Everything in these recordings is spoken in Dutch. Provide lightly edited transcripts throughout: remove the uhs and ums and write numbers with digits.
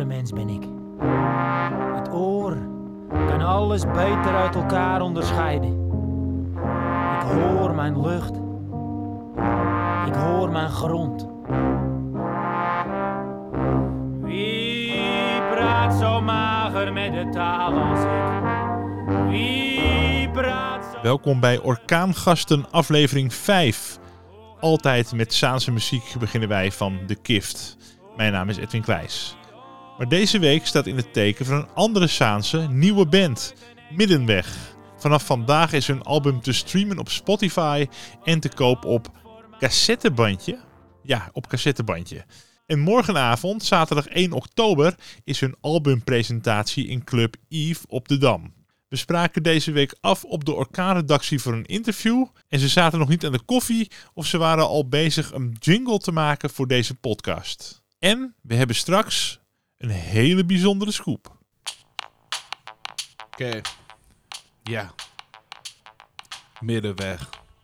mens ben ik. Het oor kan alles beter uit elkaar onderscheiden. Ik hoor mijn lucht. Ik hoor mijn grond. Wie praat zo mager met de taal als ik? Wie praat zo... Welkom bij Orkaangasten aflevering 5. Altijd met Saanse muziek beginnen wij van De Kift. Mijn naam is Edwin Kleijs. Maar deze week staat in het teken van een andere Saanse nieuwe band, Middenweg. Vanaf vandaag is hun album te streamen op Spotify en te koop op cassettebandje. Ja, op cassettebandje. En morgenavond, zaterdag 1 oktober, is hun albumpresentatie in Club Eve op de Dam. We spraken deze week af op de Orkaan-redactie voor een interview. En ze zaten nog niet aan de koffie of ze waren al bezig een jingle te maken voor deze podcast. En we hebben straks een hele bijzondere scoop. Oké. Ja. Middenweg.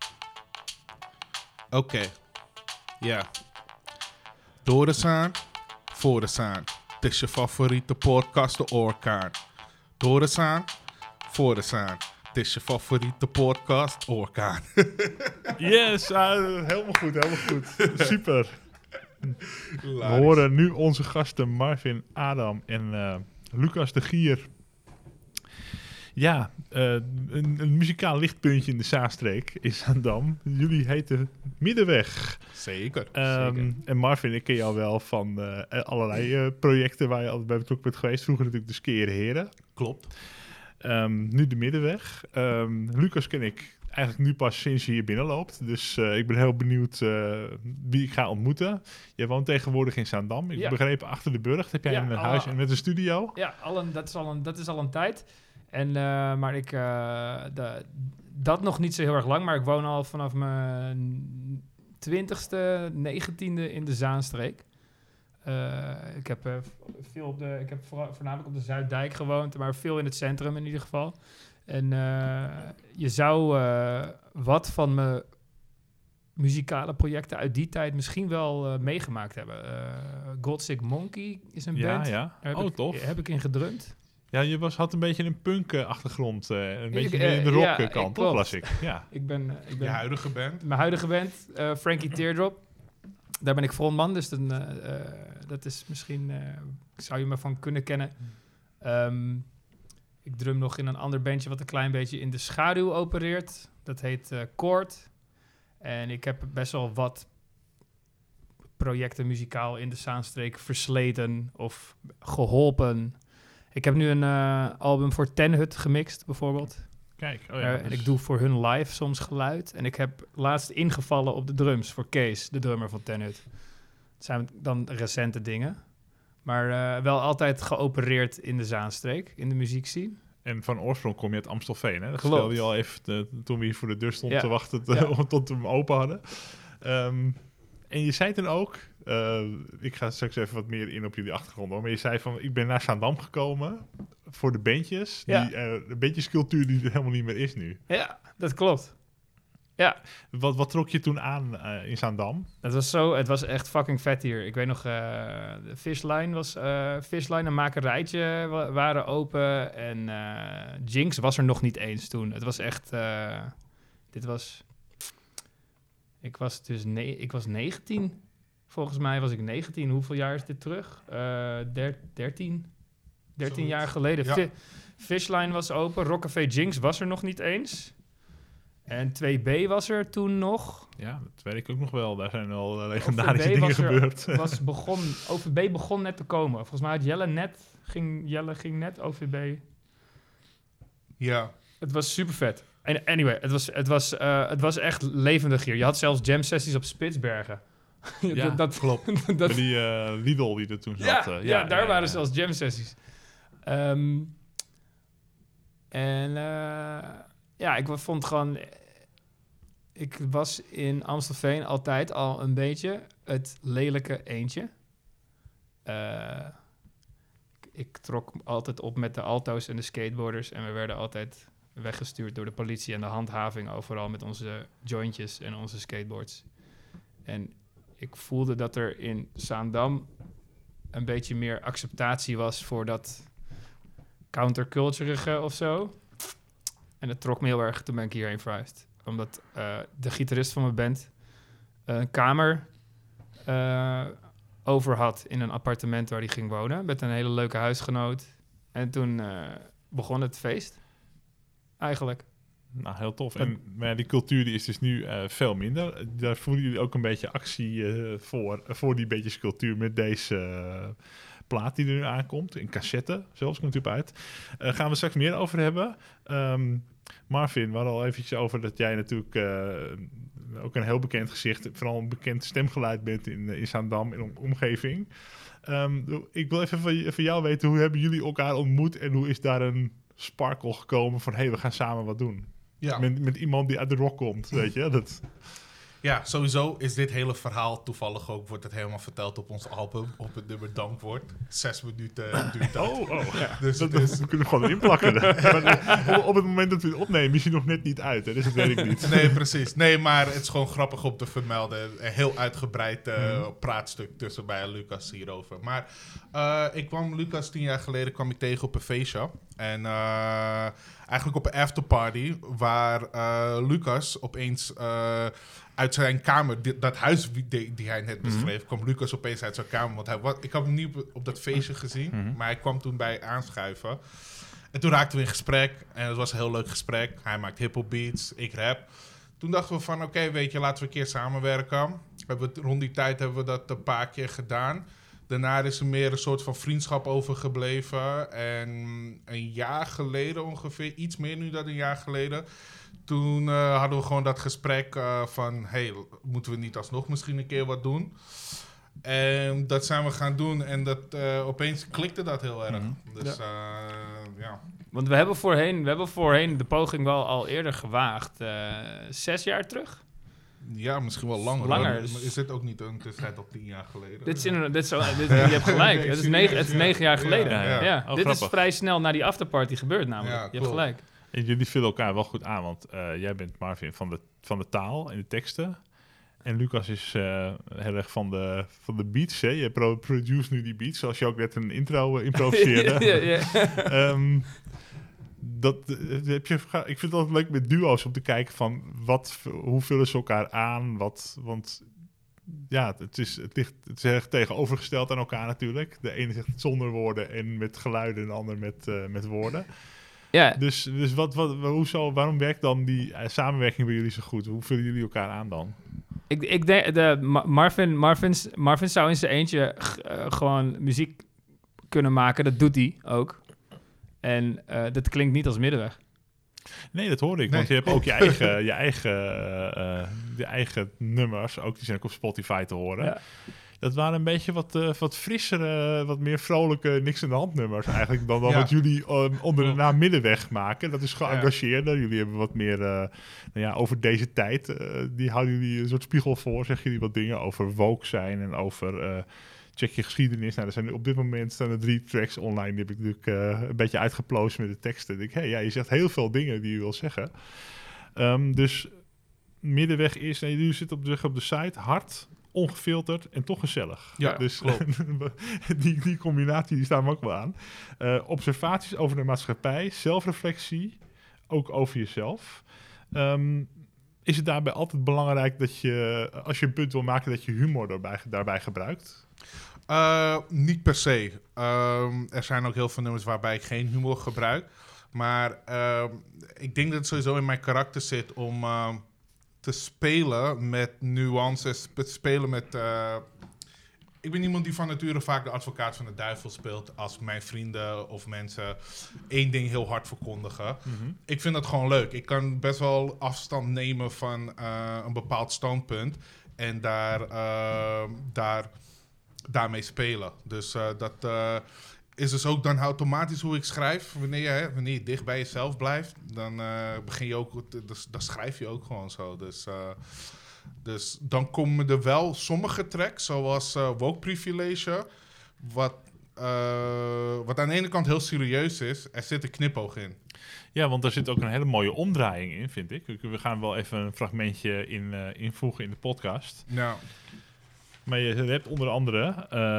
Oké. Ja. Door de zaan, voor de zaan. Het is je favoriete podcast, de Orkaan. Door de zaan, voor de zaan. Het is je favoriete podcast, Orkaan. Yes, helemaal goed. Super. We horen nu onze gasten Marvin, Adam en Lucas de Gier. Ja, een muzikaal lichtpuntje in de Zaanstreek is Zaandam. Jullie heten Middenweg. Zeker. En Marvin, ik ken jou wel van allerlei projecten waar je altijd bij betrokken bent geweest. Vroeger natuurlijk de Skere Heren. Klopt. Nu de Middenweg. Lucas ken ik eigenlijk nu pas sinds je hier binnenloopt. Dus ik ben heel benieuwd wie ik ga ontmoeten. Jij woont tegenwoordig in Zaandam. Ik begreep achter de burcht. Heb jij een huis en met een studio? Ja, dat is al een tijd. En, maar dat nog niet zo heel erg lang. Maar ik woon al vanaf mijn 20ste, 19e in de Zaanstreek. Ik heb voornamelijk op de Zuiddijk gewoond, maar veel in het centrum in ieder geval. En je zou wat van mijn muzikale projecten uit die tijd misschien wel meegemaakt hebben. Godsick Monkey is een band. Ja. Tof. Heb ik in gedrumd. Ja, je had een beetje een punk-achtergrond. Een beetje in de rockkant, toch las ik? Ja. Ik ben Je huidige band? Mijn huidige band, Frankie Teardrop. Daar ben ik frontman, dus dat is misschien... zou je me van kunnen kennen. Ik drum nog in een ander bandje wat een klein beetje in de schaduw opereert. Dat heet Chord. En ik heb best wel wat projecten muzikaal in de Zaanstreek versleten of geholpen. Ik heb nu een album voor Ten Hut gemixt, bijvoorbeeld. Kijk, En ik doe voor hun live soms geluid. En ik heb laatst ingevallen op de drums voor Kees, de drummer van Ten Hut. Dat zijn dan recente dingen. Maar wel altijd geopereerd in de Zaanstreek, in de muziekscene. En van oorsprong kom je uit Amstelveen, hè? Dat Klopt. stelde je al even toen we hier voor de deur stonden te wachten tot we hem open hadden. En je zei toen ook... ik ga straks even wat meer in op jullie achtergrond. Maar je zei van, ik ben naar Zaandam gekomen voor de bandjes. Ja. De bandjescultuur die er helemaal niet meer is nu. Ja, dat klopt. Ja. Wat trok je toen aan in Zaandam? Het was echt fucking vet hier. Ik weet nog, de Fishline en Makerijtje waren open. En Jinx was er nog niet eens toen. Het was echt... Ik was 19. Volgens mij was ik 19. Hoeveel jaar is dit terug? 13 jaar geleden. Ja. Fishline was open. Rockcafé Jinx was er nog niet eens. En 2B was er toen nog. Ja, dat weet ik ook nog wel. Daar zijn wel legendarische dingen gebeurd. OVB begon net te komen. Volgens mij had Jelle ging net OVB. Ja. Het was super vet. Anyway, het was echt levendig hier. Je had zelfs jam sessies op Spitsbergen. Ja, dat klopt. Met die Lidl die er toen zat. Daar waren zelfs jam sessies. Ik vond gewoon... Ik was in Amstelveen altijd al een beetje het lelijke eendje. Ik trok altijd op met de alto's en de skateboarders. En we werden altijd weggestuurd door de politie en de handhaving overal met onze jointjes en onze skateboards. En ik voelde dat er in Zaandam een beetje meer acceptatie was voor dat counterculturige of zo. En dat trok me heel erg, toen ben ik hierheen verhuisd. Omdat de gitarist van mijn band een kamer over had in een appartement waar hij ging wonen. Met een hele leuke huisgenoot. En toen begon het feest. Eigenlijk. Nou, heel tof. Maar die cultuur die is dus nu veel minder. Daar voelen jullie ook een beetje actie voor die beetjes cultuur met deze plaat die er nu aankomt. In cassette zelfs, komt het uit. Gaan we straks meer over hebben. Marvin, we hadden al eventjes over dat jij natuurlijk ook een heel bekend gezicht, vooral een bekend stemgeluid bent in Zaandam, in de omgeving. Ik wil even van jou weten, hoe hebben jullie elkaar ontmoet en hoe is daar een sparkle gekomen van, hey, we gaan samen wat doen? Ja. Met iemand die uit de rock komt, weet je? Dat... Ja, sowieso is dit hele verhaal toevallig ook, wordt het helemaal verteld op ons album, op het nummer Dankwoord. 6 minuten duurt dat. Ja. Dus dat kunnen we gewoon erin plakken. Maar op het moment dat we het opnemen is hij nog net niet uit, hè? Dus dat weet ik niet. Nee, precies. Nee, maar het is gewoon grappig om te vermelden. Een heel uitgebreid praatstuk tussen mij en Lucas hierover. Maar ik kwam Lucas 10 jaar geleden tegen op een feestje. En eigenlijk op een afterparty waar Lucas opeens uit zijn kamer, dat huis die hij net beschreef, kwam Lucas opeens uit zijn kamer. Want ik had hem niet op dat feestje gezien, maar hij kwam toen bij aanschuiven. En toen raakten we in gesprek en het was een heel leuk gesprek. Hij maakt hiphop beats, ik rap. Toen dachten we van, oké, weet je, laten we een keer samenwerken. Rond die tijd hebben we dat een paar keer gedaan. Daarna is er meer een soort van vriendschap overgebleven. En een jaar geleden ongeveer, iets meer nu dan een jaar geleden, toen hadden we gewoon dat gesprek van, hey, moeten we niet alsnog misschien een keer wat doen? En dat zijn we gaan doen en dat opeens klikte dat heel erg. Dus ja. Want we hebben voorheen de poging wel al eerder gewaagd. 6 jaar terug? Ja, misschien wel langer. Langer. Maar is dit ook niet een tussentijd al 10 jaar geleden? Je hebt gelijk. Het is 9 jaar geleden. Ja. Oh, dit grappig. is vrij snel na die afterparty gebeurd namelijk. Ja, je hebt gelijk. En jullie vullen elkaar wel goed aan, want jij bent Marvin van de taal en de teksten. En Lucas is heel erg van de beats. Hè? Je produce nu die beats, zoals je ook net een intro improviseerde. Ik vind het altijd leuk met duo's om te kijken van hoe vullen ze elkaar aan. Want ja, het is erg tegenovergesteld aan elkaar natuurlijk. De ene zegt het zonder woorden en met geluiden en de ander met woorden. Ja. Dus waarom werkt dan die samenwerking bij jullie zo goed? Hoe vullen jullie elkaar aan dan? Ik denk, Marvin zou in zijn eentje gewoon muziek kunnen maken. Dat doet hij ook. En dat klinkt niet als middenweg. Nee, dat hoorde ik. Nee. Want je hebt ook je eigen nummers. Ook die zijn ook op Spotify te horen. Ja. Dat waren een beetje wat frissere, wat meer vrolijke niks aan de hand nummers eigenlijk. Dan wat jullie onder de naam Middenweg maken. Dat is geëngageerder. Jullie hebben wat meer over deze tijd. Die houden jullie een soort spiegel voor. Zeggen jullie wat dingen over woke zijn en over check je geschiedenis. Nou, er zijn op dit moment staan er 3 tracks online. Die heb ik natuurlijk een beetje uitgeplozen met de teksten. Ik denk, je zegt heel veel dingen die je wil zeggen. Dus Middenweg is, en jullie zitten op de site, hard, ongefilterd en toch gezellig. Ja, dus klopt. die combinatie die staan we ook wel aan. Observaties over de maatschappij, zelfreflectie, ook over jezelf. Is het daarbij altijd belangrijk dat je, als je een punt wil maken, dat je humor daarbij gebruikt? Niet per se. Er zijn ook heel veel nummers waarbij ik geen humor gebruik. Maar ik denk dat het sowieso in mijn karakter zit om te spelen met nuances, te spelen met... ik ben iemand die van nature vaak de advocaat van de duivel speelt als mijn vrienden of mensen één ding heel hard verkondigen. Mm-hmm. Ik vind dat gewoon leuk. Ik kan best wel afstand nemen van een bepaald standpunt en daarmee spelen. Dus dat is dus ook dan automatisch hoe ik schrijf. Wanneer je dicht bij jezelf blijft, dan begin je ook, dan schrijf je ook gewoon zo. Dus dan komen er wel sommige tracks, zoals Woke Privilege, wat aan de ene kant heel serieus is. Er zit een knipoog in. Ja, want er zit ook een hele mooie omdraaiing in, vind ik. We gaan wel even een fragmentje invoegen in de podcast. Nou. Maar je hebt onder andere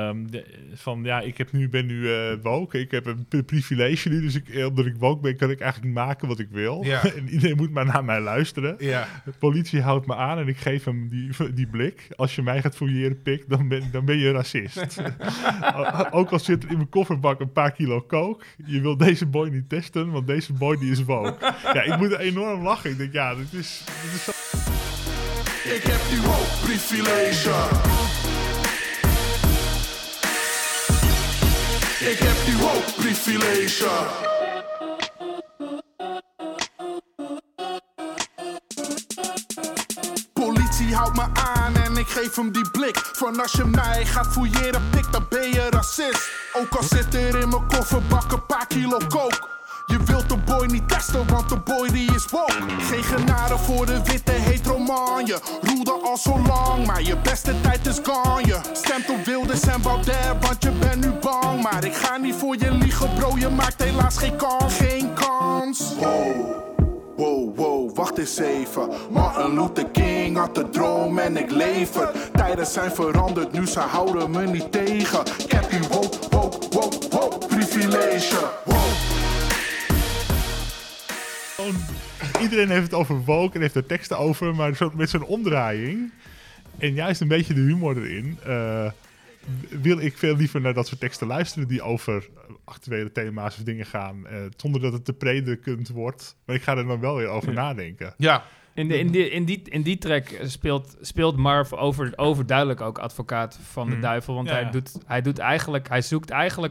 ik ben nu woke. Ik heb een privilege nu, dus omdat ik woke ben, kan ik eigenlijk maken wat ik wil. Ja. En iedereen moet maar naar mij luisteren. Ja. De politie houdt me aan en ik geef hem die blik. Als je mij gaat fouilleren, pik, dan ben je racist. Ook al zit er in mijn kofferbak een paar kilo coke. Je wil deze boy niet testen, want deze boy die is woke. Ja, ik moet er enorm lachen. Ik denk, ja, dit is zo... Ik heb die woke privilege. Ik heb die woke privilege. Politie houdt me aan en ik geef hem die blik. Van als je mij gaat fouilleren, pik, dan ben je racist. Ook al zit er in mijn kofferbak een paar kilo coke. Je wilt de boy niet testen, want de boy die is woke. Geen genade voor de witte heteroman. Je roelde al zo lang, maar je beste tijd is gone. Je stemt op Wilders en Baudet, want je bent nu bang. Maar ik ga niet voor je liegen, bro, je maakt helaas geen kans. Geen kans. Wow, wacht eens even. Martin Luther King had de droom en ik leef het. Tijden zijn veranderd, nu ze houden me niet tegen. Ik heb die woke privilege. Iedereen heeft het over woke en heeft er teksten over, maar met zo'n omdraaiing en juist een beetje de humor erin, wil ik veel liever naar dat soort teksten luisteren die over actuele thema's of dingen gaan, zonder dat het te predikend wordt. Maar ik ga er dan wel weer over nadenken. Ja. In die track speelt Marv overduidelijk ook advocaat van de duivel. Want hij zoekt eigenlijk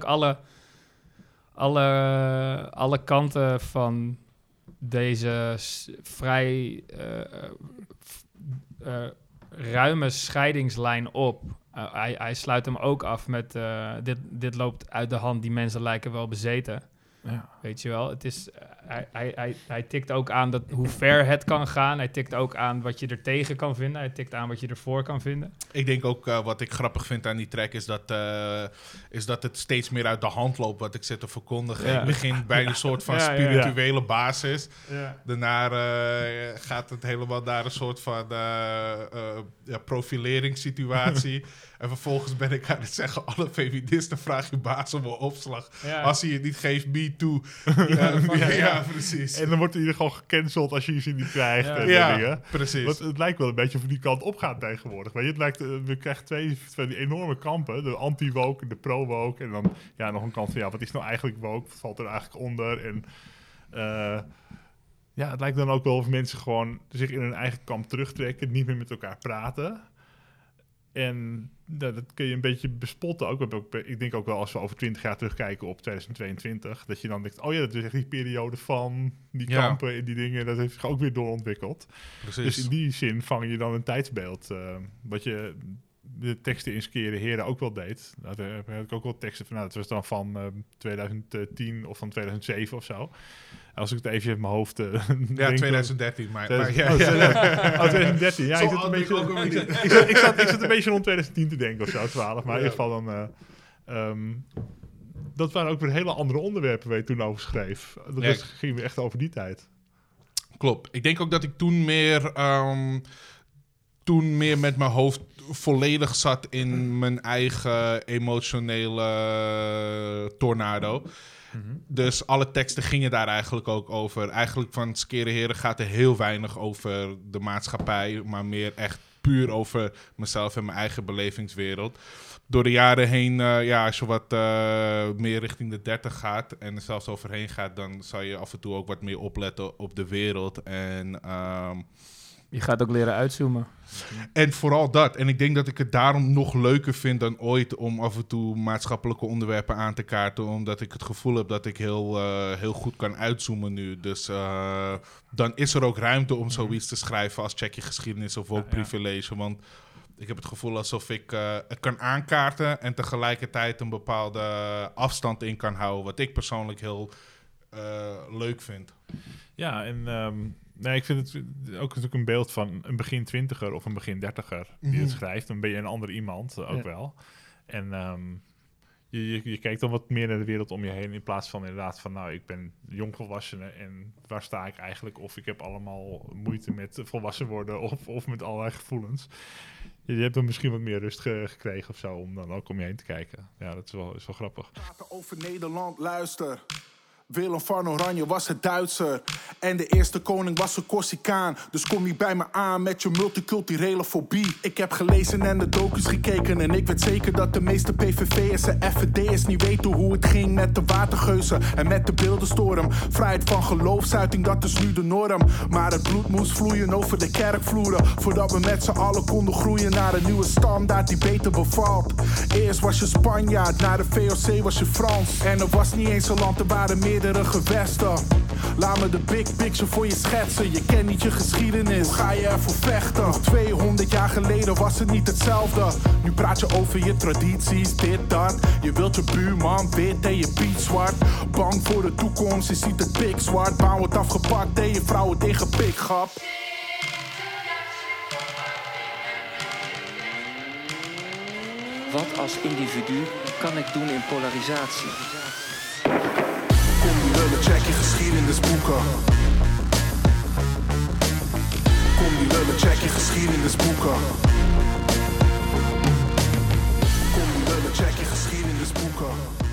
alle kanten van deze vrij ruime scheidingslijn op. Hij sluit hem ook af met dit loopt uit de hand, die mensen lijken wel bezeten. Ja. Weet je wel, het is, hij tikt ook aan hoe ver het kan gaan. Hij tikt ook aan wat je er tegen kan vinden. Hij tikt aan wat je ervoor kan vinden. Ik denk ook, wat ik grappig vind aan die track, is dat het steeds meer uit de hand loopt wat ik zit te verkondigen. Ja. Ik begin bij een soort van spirituele basis. Ja. Daarna gaat het helemaal naar een soort van profileringssituatie. En vervolgens ben ik aan het zeggen, alle feministen vragen je baas om een opslag. Ja. Als hij het niet geeft, me too. Ja, precies. En dan wordt hij gewoon gecanceld als je ze niet krijgt. Ja, precies. Want het lijkt wel een beetje of die kant op gaat tegenwoordig. Weet je? Het lijkt, we krijgen twee van die enorme kampen. De anti-woke en de pro-woke. En dan nog een kant van, wat is nou eigenlijk woke? Wat valt er eigenlijk onder? En het lijkt dan ook wel of mensen gewoon zich in hun eigen kamp terugtrekken. Niet meer met elkaar praten. En dat kun je een beetje bespotten ook. Ik denk ook wel als we over 20 jaar terugkijken op 2022... dat je dan denkt, dat is echt die periode van die kampen en die dingen... dat heeft zich ook weer doorontwikkeld. Precies. Dus in die zin vang je dan een tijdsbeeld. Wat je de teksten in Skere Heren ook wel deed. Daar heb ik ook wel teksten van... dat was dan van 2010 of van 2007 of zo. Als ik het even in mijn hoofd... 2013, maar 2013. Ja, ik zat een beetje rond 2010 te denken of zo, 12. Maar in ieder geval dan... dat waren ook weer hele andere onderwerpen waar je toen over schreef. Dat ging weer echt over die tijd. Klopt. Ik denk ook dat ik toen meer met mijn hoofd volledig zat in mijn eigen emotionele tornado. Mm-hmm. Dus alle teksten gingen daar eigenlijk ook over. Eigenlijk van Skere Heren gaat er heel weinig over de maatschappij, maar meer echt puur over mezelf en mijn eigen belevingswereld. Door de jaren heen, als je wat meer richting de 30 gaat en er zelfs overheen gaat, dan zal je af en toe ook wat meer opletten op de wereld. En je gaat ook leren uitzoomen. En vooral dat. En ik denk dat ik het daarom nog leuker vind dan ooit om af en toe maatschappelijke onderwerpen aan te kaarten. Omdat ik het gevoel heb dat ik heel goed kan uitzoomen nu. Dus dan is er ook ruimte om zoiets te schrijven als Check Je Geschiedenis of ook Privilege. Want ik heb het gevoel alsof ik het kan aankaarten en tegelijkertijd een bepaalde afstand in kan houden. Wat ik persoonlijk heel leuk vind. Ja, en... ik vind het ook natuurlijk een beeld van een begin twintiger of een begin dertiger die het schrijft. Dan ben je een ander iemand ook wel. En je kijkt dan wat meer naar de wereld om je heen in plaats van inderdaad van ik ben jongvolwassene en waar sta ik eigenlijk? Of ik heb allemaal moeite met volwassen worden of met allerlei gevoelens. Je hebt dan misschien wat meer rust gekregen of zo om dan ook om je heen te kijken. Ja, dat is wel grappig. Praten over Nederland, luister. Willem van Oranje was het Duitser. En de eerste koning was een Corsicaan. Dus kom niet bij me aan met je multiculturele fobie. Ik heb gelezen en de docus gekeken. En ik weet zeker dat de meeste PVV'ers en FVD'ers niet weten hoe het ging met de watergeuzen. En met de beeldenstorm. Vrijheid van geloofsuiting, dat is nu de norm. Maar het bloed moest vloeien over de kerkvloeren. Voordat we met z'n allen konden groeien naar een nieuwe standaard die beter bevalt. Eerst was je Spanjaard, na de VOC was je Frans. En er was niet eens een land, er waren meerdere gewesten. Laat me de big picture voor je schetsen. Je kent niet je geschiedenis, hoe ga je ervoor vechten? Nog 200 jaar geleden was het niet hetzelfde. Nu praat je over je tradities, dit, dat. Je wilt je buurman wit en je Piet zwart. Bang voor de toekomst, je ziet het pikzwart. Bouw wordt afgepakt en je vrouwen tegen pikgap. Wat als individu kan ik doen in polarisatie? Kom die lullen, check je geschiedenisboeken. Kom die lullen, check je geschiedenisboeken. Kom die lullen, check je geschiedenisboeken.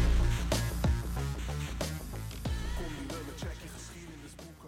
Kom die lullen, check je geschiedenisboeken.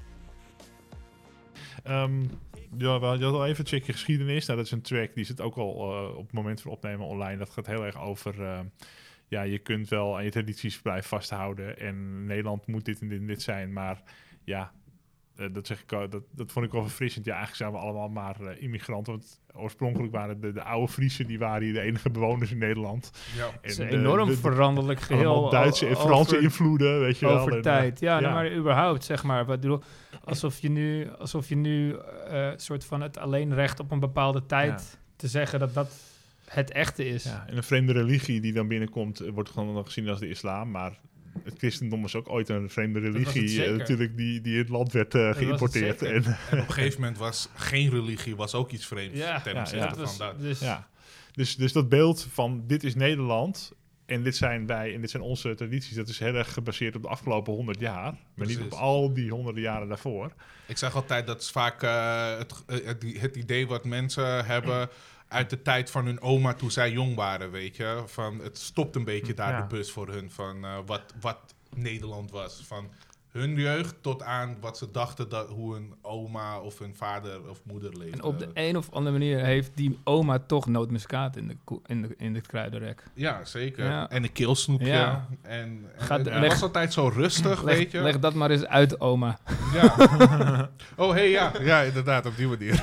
Ja, je had al even Check je geschiedenis. Nou, dat is een track, die zit ook al op het moment van opnemen online. Dat gaat heel erg over... ja, je kunt wel aan je tradities blijven vasthouden. En Nederland moet dit en dit zijn. Maar ja, dat zeg ik, dat vond ik wel verfrissend. Ja, eigenlijk zijn we allemaal maar immigranten. Want oorspronkelijk waren de oude Friesen, die waren hier de enige bewoners in Nederland. Ja. Het is een enorm veranderlijk geheel. Allemaal Duitse en Franse invloeden, weet je wel. Over tijd, ja. Nou, maar überhaupt, zeg maar. Wat bedoel, alsof je nu soort van het alleenrecht op een bepaalde tijd te zeggen dat het echte is. Ja, en een vreemde religie die dan binnenkomt, wordt gewoon nog gezien als de islam, maar het christendom is ook ooit een vreemde religie natuurlijk die in het land werd geïmporteerd. En op een gegeven moment was geen religie was ook iets vreemds ten opzichte van dat. Dus dat beeld van dit is Nederland en dit zijn wij en dit zijn onze tradities, dat is heel erg gebaseerd op de afgelopen 100 jaar, maar niet op al die honderden jaren daarvoor. Ik zeg altijd dat is vaak het idee wat mensen hebben uit de tijd van hun oma toen zij jong waren, weet je. Van, het stopt een beetje daar de bus voor hun van wat Nederland was. Van hun jeugd tot aan wat ze dachten hoe hun oma of hun vader of moeder leefde. En op de een of andere manier heeft die oma toch nootmuskaat in de kruidenrek. Ja, zeker. Ja. En een keelsnoepje. Ja. En het was altijd zo rustig, weet je. Leg dat maar eens uit, oma. Ja. Oh, hey, ja. Ja, inderdaad, op die manier.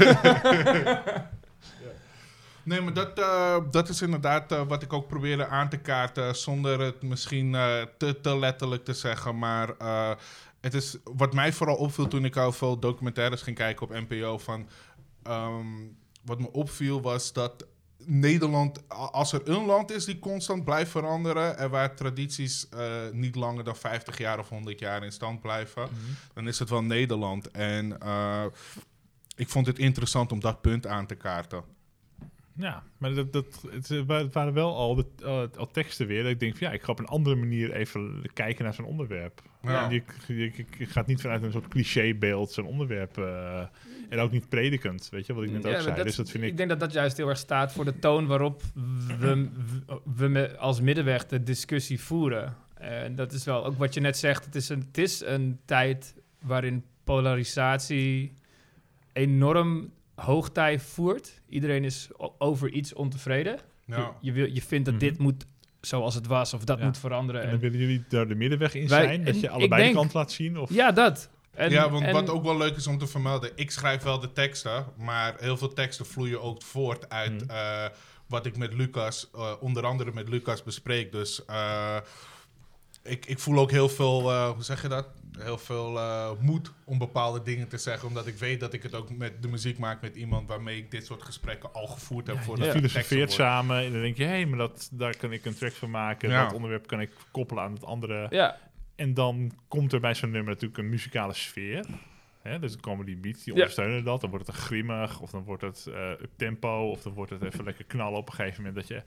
Nee, maar dat is inderdaad wat ik ook probeerde aan te kaarten, zonder het misschien te letterlijk te zeggen. Maar het is wat mij vooral opviel toen ik al veel documentaires ging kijken op NPO. Wat me opviel was dat Nederland, als er een land is die constant blijft veranderen en waar tradities niet langer dan 50 jaar of 100 jaar in stand blijven, dan is het wel Nederland. En ik vond het interessant om dat punt aan te kaarten. Ja, maar het waren wel al teksten weer. Dat ik denk van ik ga op een andere manier even kijken naar zo'n onderwerp. Ja. Je gaat niet vanuit een soort clichébeeld zo'n onderwerp en ook niet predikend, weet je wat ik net ook zei. Dus dat vind ik denk dat juist heel erg staat voor de toon waarop we als middenweg de discussie voeren. En dat is wel ook wat je net zegt. Het is een tijd waarin polarisatie enorm hoogtij voert. Iedereen is over iets ontevreden. Ja. Je vindt dat dit moet zoals het was of dat moet veranderen. En dan willen jullie daar de middenweg in zijn? Dat je allebei de kant laat zien? Of? Ja, dat. Wat ook wel leuk is om te vermelden. Ik schrijf wel de teksten, maar heel veel teksten vloeien ook voort uit wat ik met Lucas, onder andere met Lucas bespreek. Dus ik voel ook heel veel, hoe zeg je dat? Heel veel moed om bepaalde dingen te zeggen. Omdat ik weet dat ik het ook met de muziek maak met iemand waarmee ik dit soort gesprekken al gevoerd heb. Je filosofeert samen en dan denk je, maar daar kan ik een track van maken. Ja. Dat onderwerp kan ik koppelen aan het andere. Ja. En dan komt er bij zo'n nummer natuurlijk een muzikale sfeer. Dus dan komen die beats, die ondersteunen dat. Dan wordt het grimmig, of dan wordt het up tempo, of dan wordt het even lekker knallen op een gegeven moment. Dat je...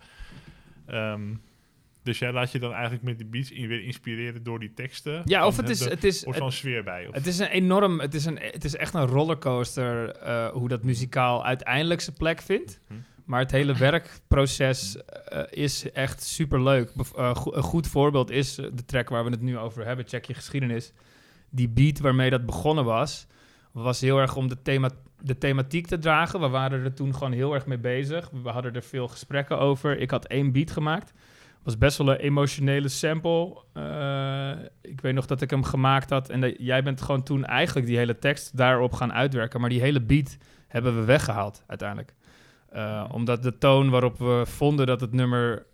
Dus jij laat je dan eigenlijk met die beats weer inspireren door die teksten? Ja, of het is zo'n sfeer bij? Of? Het is een enorm... Het is echt een rollercoaster hoe dat muzikaal uiteindelijk zijn plek vindt. Maar het hele werkproces is echt superleuk. Een goed voorbeeld is de track waar we het nu over hebben, Check Je Geschiedenis. Die beat waarmee dat begonnen was heel erg om de thematiek te dragen. We waren er toen gewoon heel erg mee bezig. We hadden er veel gesprekken over. Ik had 1 beat gemaakt. Was best wel een emotionele sample. Ik weet nog dat ik hem gemaakt had. En jij bent gewoon toen eigenlijk die hele tekst daarop gaan uitwerken. Maar die hele beat hebben we weggehaald uiteindelijk. Omdat de toon waarop we vonden dat het nummer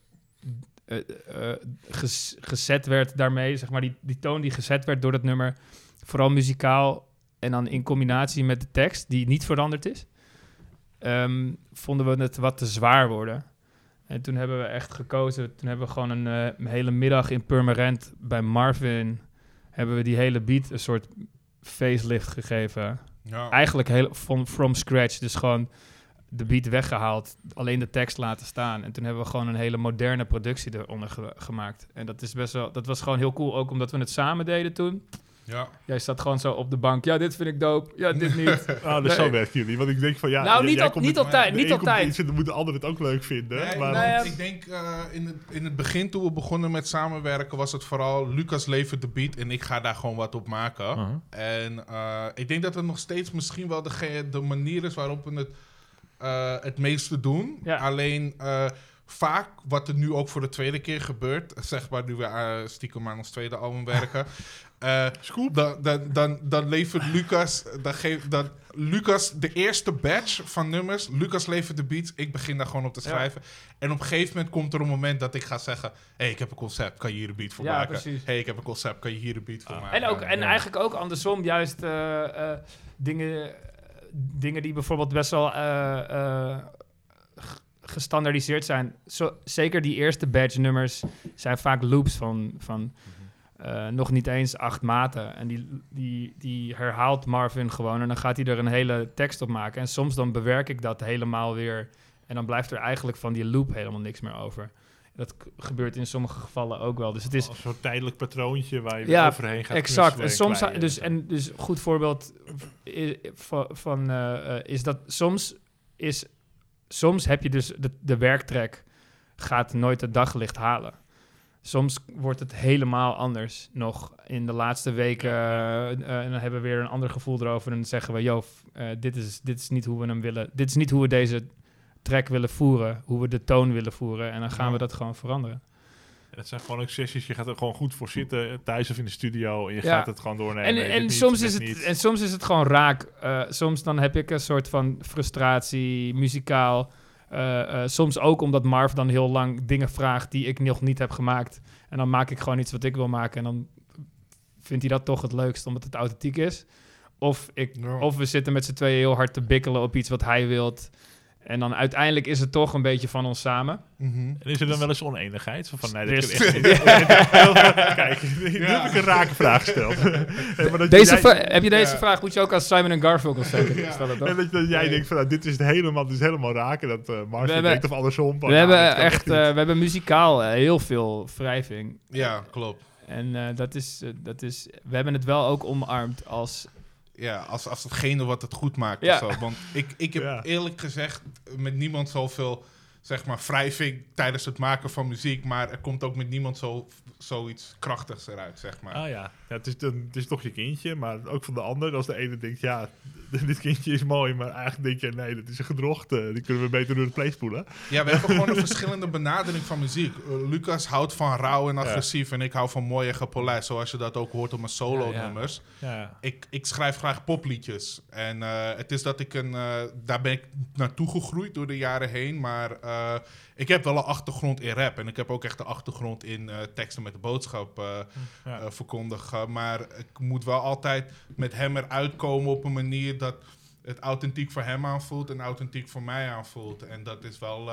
gezet werd daarmee, zeg maar die toon die gezet werd door dat nummer, vooral muzikaal en dan in combinatie met de tekst, die niet veranderd is, vonden we het wat te zwaar worden. En toen hebben we echt gekozen, toen hebben we gewoon een hele middag in Purmerend bij Marvin, hebben we die hele beat een soort facelift gegeven. Ja. Eigenlijk from scratch, dus gewoon de beat weggehaald, alleen de tekst laten staan. En toen hebben we gewoon een hele moderne productie eronder gemaakt. En dat was gewoon heel cool, ook omdat we het samen deden toen. Ja. Jij zat gewoon zo op de bank. Ja, dit vind ik dope. Ja, dit niet. Dus zo werken jullie. Want ik denk van ja... Nou, niet altijd. Dan moeten anderen het ook leuk vinden. Nee, maar ik denk in het begin toen we begonnen met samenwerken was het vooral Lucas levert de beat en ik ga daar gewoon wat op maken. Uh-huh. En ik denk dat het nog steeds misschien wel de manier is waarop we het meeste doen. Ja. Alleen vaak, wat er nu ook voor de tweede keer gebeurt, zeg maar nu we stiekem aan ons tweede album werken, dan levert Lucas, dan Lucas de eerste batch van nummers, Lucas levert de beats, ik begin daar gewoon op te schrijven. Ja. En op een gegeven moment komt er een moment dat ik ga zeggen, hey, ik heb een concept, kan je hier een beat voor maken? Precies. Hey, ik heb een concept, kan je hier een beat voor maken? En eigenlijk ook andersom, juist dingen die bijvoorbeeld best wel gestandaardiseerd zijn. Zeker die eerste batch nummers zijn vaak loops van nog niet eens 8 maten. En die herhaalt Marvin gewoon en dan gaat hij er een hele tekst op maken. En soms dan bewerk ik dat helemaal weer en dan blijft er eigenlijk van die loop helemaal niks meer over. Dat gebeurt in sommige gevallen ook wel. Dus het is een soort tijdelijk patroontje waar je overheen gaat. Exact. En soms goed voorbeeld van is dat soms heb je dus de werktrack gaat nooit het daglicht halen. Soms wordt het helemaal anders nog in de laatste weken. En dan hebben we weer een ander gevoel erover. En dan zeggen we, dit is niet hoe we hem willen. Dit is niet hoe we deze track willen voeren. Hoe we de toon willen voeren. En dan gaan we dat gewoon veranderen. En het zijn gewoon ook sessies. Je gaat er gewoon goed voor zitten. Thuis of in de studio. En je gaat het gewoon doornemen. En soms is het gewoon raak. Soms dan heb ik een soort van frustratie, muzikaal. Soms ook omdat Marv dan heel lang dingen vraagt die ik nog niet heb gemaakt. En dan maak ik gewoon iets wat ik wil maken. En dan vindt hij dat toch het leukst, omdat het authentiek is. Of we zitten met z'n tweeën heel hard te bikkelen op iets wat hij wilt. En dan uiteindelijk is het toch een beetje van ons samen. Mm-hmm. En is er dan wel eens oneenigheid? Van nee, dit kan echt niet. Kijk, nu heb ik een rake vraag gesteld. Heb je deze vraag, moet je ook als Simon en Garfunkel zeggen. Ja. En dat jij denkt van, dit is helemaal raak. En dat Marvin denkt of andersom. We hebben muzikaal heel veel wrijving. Ja, klopt. En we hebben het wel ook omarmd als... Ja, als hetgene wat het goed maakt. Ja. Of zo. Want ik heb eerlijk gezegd met niemand zoveel, zeg maar, wrijving tijdens het maken van muziek. Maar er komt ook met niemand zoiets krachtigs eruit, zeg maar. Ah ja, het is toch je kindje, maar ook van de ander. Als de ene denkt, ja, dit kindje is mooi, maar eigenlijk denk je, nee, dat is een gedrocht. Die kunnen we beter door de play spoelen. Ja, we hebben gewoon een verschillende benadering van muziek. Lucas houdt van rauw en agressief en ik hou van mooi en gepolijst, zoals je dat ook hoort op mijn solo-nummers. Ja. Ik schrijf graag popliedjes. En het is dat daar ben ik naartoe gegroeid door de jaren heen, maar ik heb wel een achtergrond in rap. En ik heb ook echt een achtergrond in teksten met de boodschap verkondigen. Maar ik moet wel altijd met hem eruit komen op een manier dat het authentiek voor hem aanvoelt en authentiek voor mij aanvoelt. En dat is wel...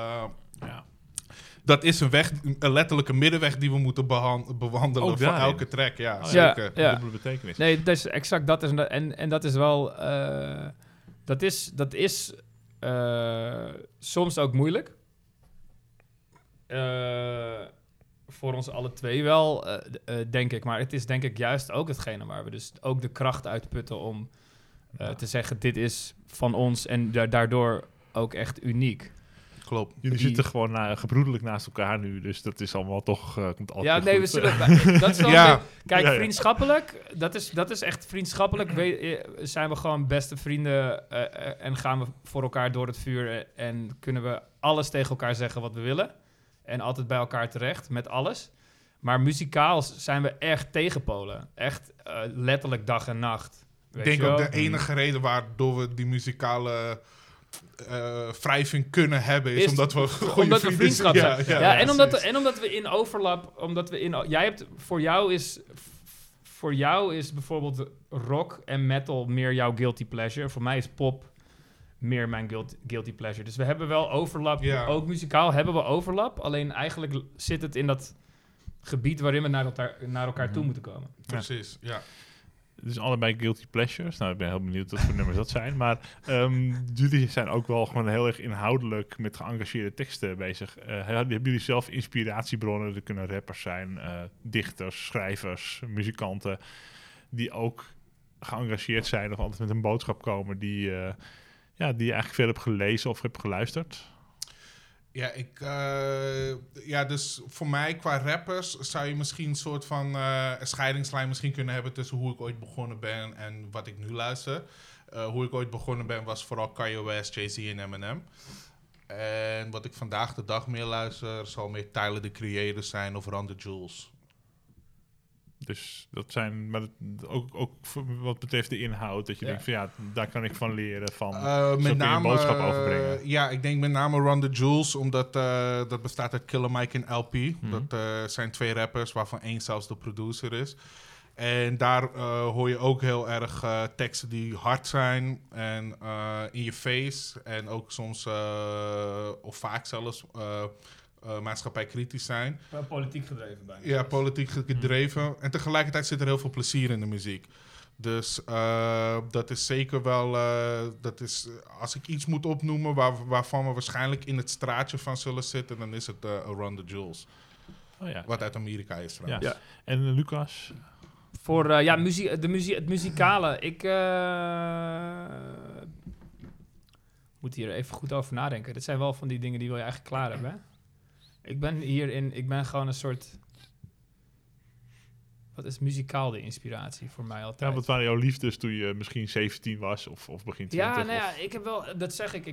Dat is een letterlijke middenweg die we moeten bewandelen voor elke track. Ja, zeker. Ja. Dubbele betekenis. Nee, dat is exact dat. En dat is wel... Dat is soms ook moeilijk. Voor ons alle twee wel, denk ik. Maar het is denk ik juist ook hetgene waar we dus ook de kracht uitputten om te zeggen, dit is van ons en daardoor ook echt uniek. klopt. Jullie zitten gewoon gebroedelijk naast elkaar nu, dus dat is allemaal toch, komt altijd Ja, nee, goed. we zullen... dat is wel Ja. Kijk, Ja, ja. vriendschappelijk, dat is echt vriendschappelijk. Zijn we gewoon beste vrienden en gaan we voor elkaar door het vuur en kunnen we alles tegen elkaar zeggen wat we willen. En altijd bij elkaar terecht, met alles. Maar muzikaal zijn we echt tegenpolen. Echt letterlijk dag en nacht. Ik denk ook de enige reden waardoor we die muzikale wrijving kunnen hebben... is omdat we goede omdat we vriendschap zijn. Ja, En omdat we in overlap... Voor jou is bijvoorbeeld rock en metal meer jouw guilty pleasure. Voor mij is pop meer mijn guilty pleasure. Dus we hebben wel overlap. Ja. Ook muzikaal hebben we overlap. Alleen eigenlijk zit het in dat gebied waarin we naar elkaar toe moeten komen. Precies, ja. Dus allebei guilty pleasures. Nou, ik ben heel benieuwd wat voor nummers dat zijn. Maar jullie zijn ook wel gewoon heel erg inhoudelijk met geëngageerde teksten bezig. Hebben jullie zelf inspiratiebronnen? Er kunnen rappers zijn, dichters, schrijvers, muzikanten... die ook geëngageerd zijn of altijd met een boodschap komen... die je eigenlijk veel hebt gelezen of hebt geluisterd? Ja, dus voor mij qua rappers zou je misschien een soort van een scheidingslijn misschien kunnen hebben tussen hoe ik ooit begonnen ben en wat ik nu luister. Hoe ik ooit begonnen ben was vooral Kanye West, Jay-Z en Eminem. En wat ik vandaag de dag meer luister zal meer Tyler, the Creator zijn of Run the Jewels. Dus dat zijn, maar ook wat betreft de inhoud, dat je denkt van daar kan ik van leren, van met name een boodschap overbrengen. Ja, ik denk met name Run the Jewels, omdat dat bestaat uit Killer Mike en LP. Dat zijn 2 rappers, waarvan 1 zelfs de producer is. En daar hoor je ook heel erg teksten die hard zijn en in je face. En ook soms, of vaak zelfs, maatschappij kritisch zijn. Wel politiek gedreven bijna. Ja, politiek gedreven. En tegelijkertijd zit er heel veel plezier in de muziek. Dus dat is zeker wel... als ik iets moet opnoemen waarvan we waarschijnlijk in het straatje van zullen zitten... dan is het Run the Jewels. Oh, ja. Wat uit Amerika is trouwens. Ja. En Lucas? Voor het muzikale. Ik moet hier even goed over nadenken. Dit zijn wel van die dingen die wil je eigenlijk klaar hebben, hè? Ik ben gewoon een soort... Wat is muzikaal de inspiratie voor mij altijd? Ja, wat waren jouw liefdes toen je misschien 17 was of begin 20? Ja, nou ja, ik heb wel... Dat zeg ik. Ik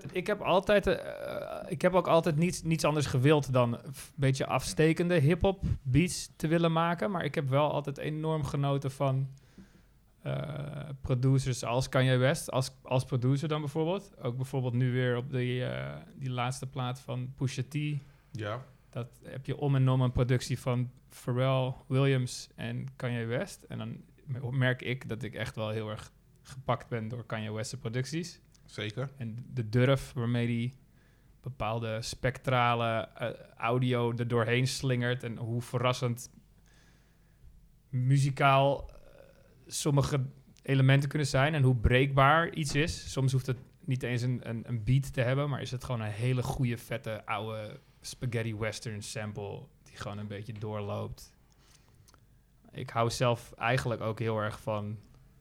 heb ook altijd niets anders gewild dan een beetje afstekende hip-hop beats te willen maken. Maar ik heb wel altijd enorm genoten van producers als Kanye West, als producer dan bijvoorbeeld. Ook bijvoorbeeld nu weer op die laatste plaat van Pusha T. Ja. Dat heb je om en om een productie van Pharrell Williams en Kanye West. En dan merk ik dat ik echt wel heel erg gepakt ben door Kanye West's producties. Zeker. En de durf waarmee die bepaalde spectrale audio er doorheen slingert. En hoe verrassend muzikaal sommige elementen kunnen zijn. En hoe breekbaar iets is. Soms hoeft het niet eens een beat te hebben, maar is het gewoon een hele goede, vette, oude spaghetti western sample die gewoon een beetje doorloopt. Ik hou zelf eigenlijk ook heel erg van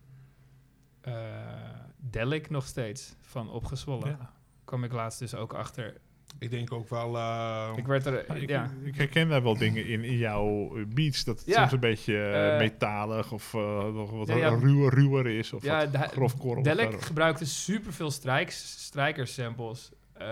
Delic nog steeds, van Opgezwollen. Ja. Kwam ik laatst dus ook achter. Ik denk ook wel... Ik werd er... Ik herken daar wel dingen in jouw beats, dat het soms een beetje metalig of nog wat ruwer is of wat grofkorrel. Delic gebruikte superveel strijkersamples.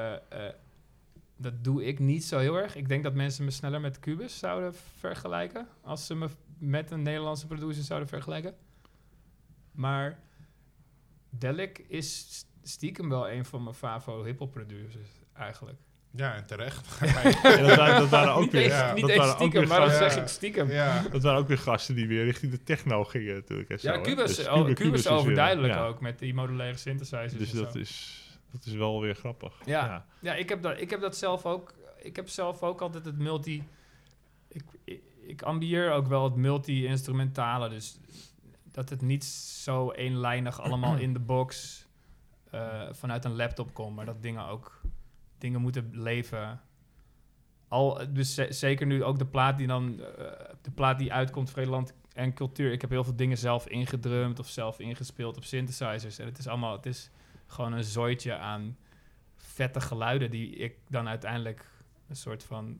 Dat doe ik niet zo heel erg. Ik denk dat mensen me sneller met Cubus zouden vergelijken, als ze me met een Nederlandse producer zouden vergelijken. Maar Delic is stiekem wel een van mijn favo hip-hop producers, eigenlijk. Ja, en terecht. Dat waren ook weer... Niet eens stiekem, maar dan zeg ik stiekem. Ja. Dat waren ook weer gasten die weer richting de techno gingen natuurlijk. En zo, ja, Cubus is overduidelijk ook, met die modulaire synthesizers. Dus dat is wel weer grappig. Ja, ik heb dat zelf ook. Ik heb zelf ook altijd het multi... Ik ambieer ook wel het multi-instrumentale, dus dat het niet zo eenlijnig allemaal in de box vanuit een laptop komt, maar dat dingen moeten leven. Dus zeker nu ook de plaat die uitkomt, Vredeland en Cultuur. Ik heb heel veel dingen zelf ingedrumd of zelf ingespeeld op synthesizers. En het is gewoon een zooitje aan vette geluiden die ik dan uiteindelijk een soort van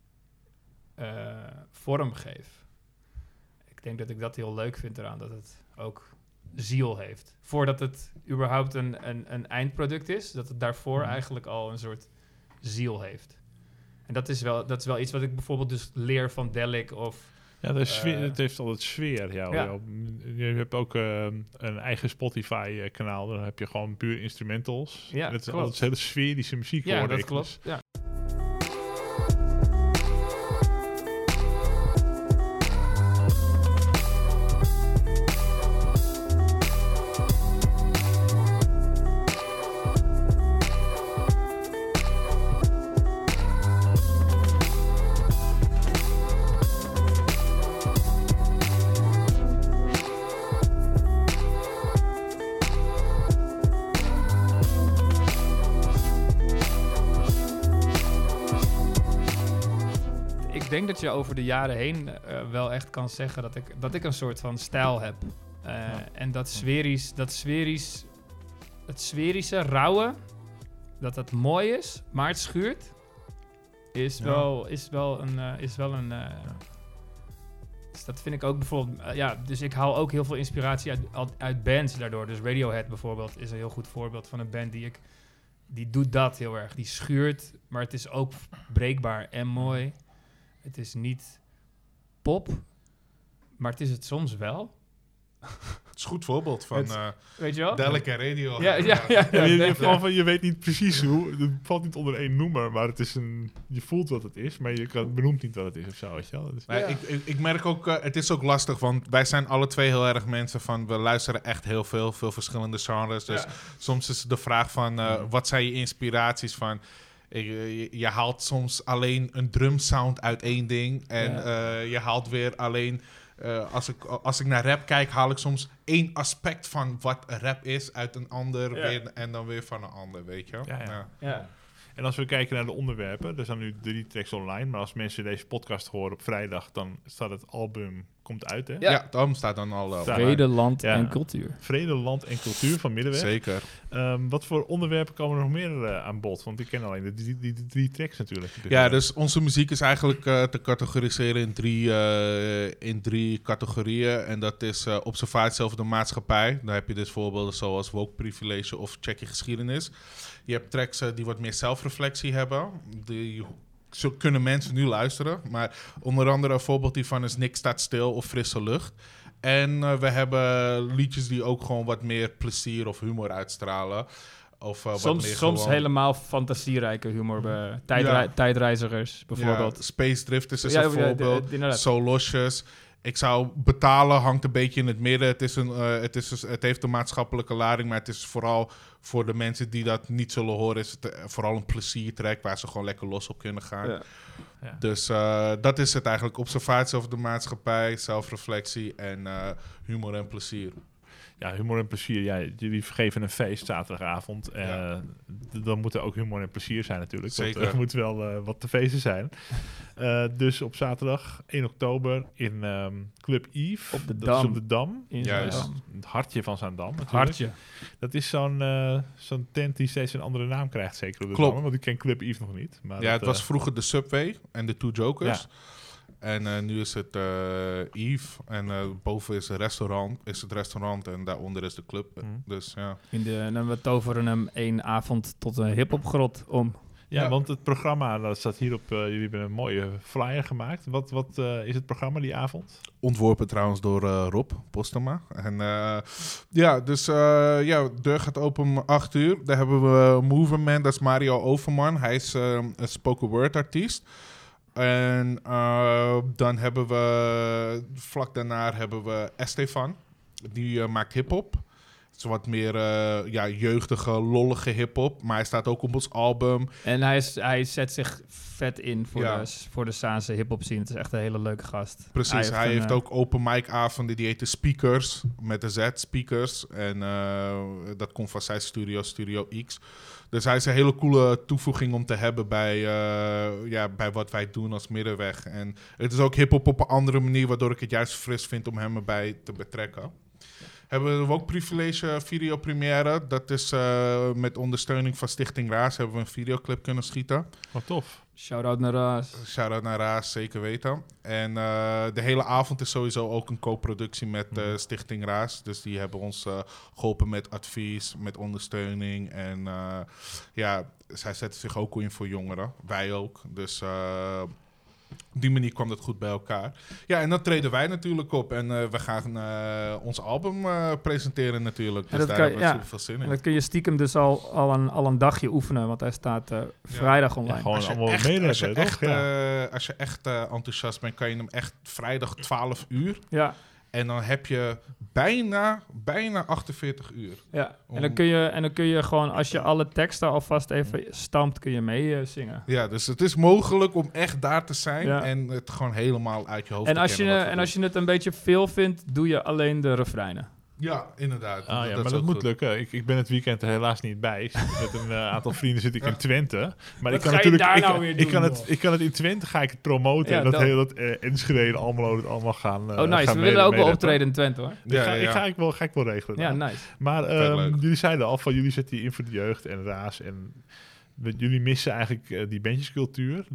vorm geef. Ik denk dat ik dat heel leuk vind eraan, dat het ook ziel heeft. Voordat het überhaupt een eindproduct is, dat het daarvoor eigenlijk al een soort ziel heeft. En dat is wel iets wat ik bijvoorbeeld dus leer van Delic of... Ja, de sfeer, het heeft altijd sfeer. Je hebt ook een eigen Spotify-kanaal. Dan heb je gewoon puur instrumentals. Ja, en het is klopt. altijd hele sferische muziek. Ja, hoor dat ik. klopt. Dus Ja. Ik denk dat je over de jaren heen wel echt kan zeggen dat ik een soort van stijl heb. En dat sferische, rauwe, dat het mooi is, maar het schuurt, is wel een... Dus dat vind ik ook bijvoorbeeld... dus ik haal ook heel veel inspiratie uit bands daardoor. Dus Radiohead bijvoorbeeld is een heel goed voorbeeld van een band die doet dat heel erg. Die schuurt, maar het is ook breekbaar en mooi. Het is niet pop, maar het is het soms wel. Het is een goed voorbeeld van Weet je wel? Delic en Radio. Ja. je weet niet precies hoe. Het valt niet onder één noemer, maar het is je voelt wat het is, maar je benoemt niet wat het is of zo. Weet je wel? Dus, Nee, ik merk ook, het is ook lastig, want wij zijn alle twee heel erg mensen van, we luisteren echt heel veel verschillende genres. Dus soms is de vraag van, wat zijn je inspiraties van? Je haalt soms alleen een drumsound uit één ding en je haalt weer alleen... Als ik naar rap kijk, haal ik soms één aspect van wat rap is uit een ander weer, en dan weer van een ander, weet je? Ja. En als we kijken naar de onderwerpen, er staan nu 3 tracks online, maar als mensen deze podcast horen op vrijdag, dan staat het album, komt uit, hè? Ja, het album staat dan al... Vrede, land Ja. en cultuur. Vrede, land en cultuur van Middenweg. Zeker. Wat voor onderwerpen komen er nog meer aan bod? Want ik ken alleen die 3 tracks natuurlijk. Ja, dus onze muziek is eigenlijk te categoriseren in drie categorieën. En dat is observatie over de maatschappij. Daar heb je dus voorbeelden zoals woke privilege of check je geschiedenis. Je hebt tracks die wat meer zelfreflectie hebben. Zo kunnen mensen nu luisteren. Maar onder andere een voorbeeld hiervan is Niks staat stil of Frisse lucht. En we hebben liedjes die ook gewoon wat meer plezier of humor uitstralen. Of Soms helemaal fantasierijke humor. Tijdreizigers bijvoorbeeld. Ja, Space Drift is Ja, een voorbeeld. Zo losjes. Ik zou betalen, hangt een beetje in het midden. Het heeft een maatschappelijke lading, maar het is vooral voor de mensen die dat niet zullen horen, is het vooral een pleziertrack waar ze gewoon lekker los op kunnen gaan. Ja. Ja. Dus dat is het eigenlijk. Observatie over de maatschappij, zelfreflectie en humor en plezier. Ja, humor en plezier. Ja, jullie geven een feest zaterdagavond. Dan moet er ook humor en plezier zijn natuurlijk. Zeker. Want er moet wel wat te feesten zijn. Dus op zaterdag 1 oktober in Club Yves. Op de Dat Dam. is op de Dam. Juist. Het hartje van Zaandam natuurlijk. Hartje. Dat is zo'n tent die steeds een andere naam krijgt, zeker op de Klopt. Dam. Want ik ken Club Yves nog niet. Maar Ja, het was vroeger de Subway en de Two Jokers. Ja. En nu is het Yves. En boven is het restaurant en daaronder is de club. Dus ja. Dan we toveren hem 1 avond tot een hiphopgrot om. Ja, want het programma, dat staat hier op... jullie hebben een mooie flyer gemaakt. Wat is het programma die avond? Ontworpen trouwens door Rob Postema. En de deur gaat open om 8 uur. Daar hebben we Moverman, dat is Mario Overman. Hij is een spoken word artiest. En dan hebben we, vlak daarna hebben we Estefan. Die maakt hiphop. Het is wat meer jeugdige, lollige hiphop. Maar hij staat ook op ons album. En hij zet zich vet in voor de Saanse hiphop scene. Het is echt een hele leuke gast. Precies, hij heeft ook open mic avonden. Die heten Speakers, met de Z, Speakers. En dat komt van zijn studio, Studio X. Dus hij is een hele coole toevoeging om te hebben bij wat wij doen als Middenweg. En het is ook hiphop op een andere manier, waardoor ik het juist fris vind om hem erbij te betrekken. hebben we ook Privilege videopremière. Dat is met ondersteuning van Stichting Raas hebben we een videoclip kunnen schieten. Wat tof. Shout-out naar Raas. Shout-out naar Raas, zeker weten. En de hele avond is sowieso ook een co-productie met Stichting Raas. Dus die hebben ons geholpen met advies, met ondersteuning. En zij zetten zich ook in voor jongeren. Wij ook. Dus op die manier kwam dat goed bij elkaar. Ja, en dan treden wij natuurlijk op. En we gaan ons album presenteren natuurlijk. Dus daar hebben we super veel zin in. En dat kun je stiekem dus al een dagje oefenen. Want hij staat vrijdag online. Ja, gewoon Als je allemaal als je echt enthousiast bent, kan je hem echt vrijdag 12 uur. Ja. En dan heb je bijna 48 uur. Ja, en dan kun je gewoon, als je alle teksten alvast even stampt, kun je mee zingen. Ja, dus het is mogelijk om echt daar te zijn Ja. en het gewoon helemaal uit je hoofd En te als kennen. je het een beetje veel vindt, doe je alleen de refreinen. Ja, inderdaad. Maar is dat ook moet goed. lukken. Ik ben het weekend er helaas niet bij. Met een aantal vrienden zit ik in Twente. Maar Wat ik kan ga je natuurlijk, daar nou weer doen, ik kan het in Twente ga ik het promoten. Ja, en dat dan. hele Enschede, Almelo, het allemaal gaan. Oh, nice. gaan We willen ook wel meerappen. optreden in Twente, hoor. Ga ik wel regelen. Ja, dan. nice. Maar leuk. jullie zeiden al van jullie zetten hier in voor de jeugd en Raas en jullie missen eigenlijk die bandjescultuur.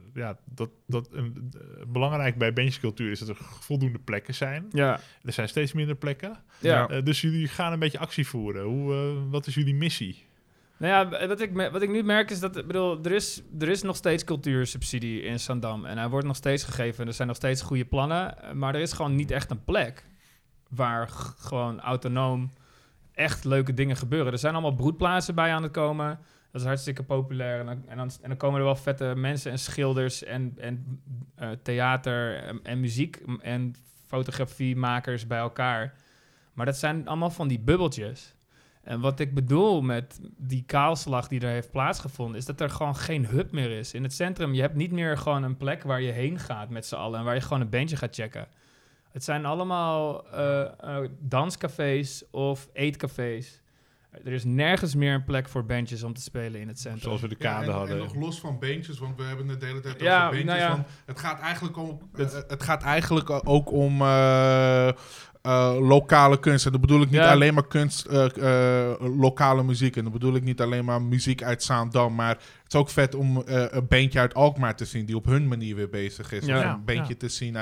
Belangrijk bij bandjescultuur is dat er voldoende plekken zijn. Ja. Er zijn steeds minder plekken. Ja. Dus jullie gaan een beetje actie voeren. Wat is jullie missie? Nou ja, wat ik nu merk is dat, er is nog steeds cultuursubsidie in Zandam. En hij wordt nog steeds gegeven. Er zijn nog steeds goede plannen. Maar er is gewoon niet echt een plek waar gewoon autonoom echt leuke dingen gebeuren. Er zijn allemaal broedplaatsen bij aan het komen. Dat is hartstikke populair. En dan komen er wel vette mensen en schilders en theater en muziek en fotografiemakers bij elkaar. Maar dat zijn allemaal van die bubbeltjes. En wat ik bedoel met die kaalslag die er heeft plaatsgevonden, is dat er gewoon geen hub meer is. In het centrum, je hebt niet meer gewoon een plek waar je heen gaat met z'n allen en waar je gewoon een bandje gaat checken. Het zijn allemaal danscafés of eetcafés. Er is nergens meer een plek voor bandjes om te spelen in het centrum. Zoals we de kade en hadden. nog los van beentjes, want we hebben het de hele tijd Ja, over beentjes. nou ja. Want het gaat eigenlijk ook om lokale kunst. En dan bedoel ik niet alleen maar kunst, lokale muziek. En dan bedoel ik niet alleen maar muziek uit Zaandam. Maar het is ook vet om een bandje uit Alkmaar te zien die op hun manier weer bezig is. Ja. Of een bandje te zien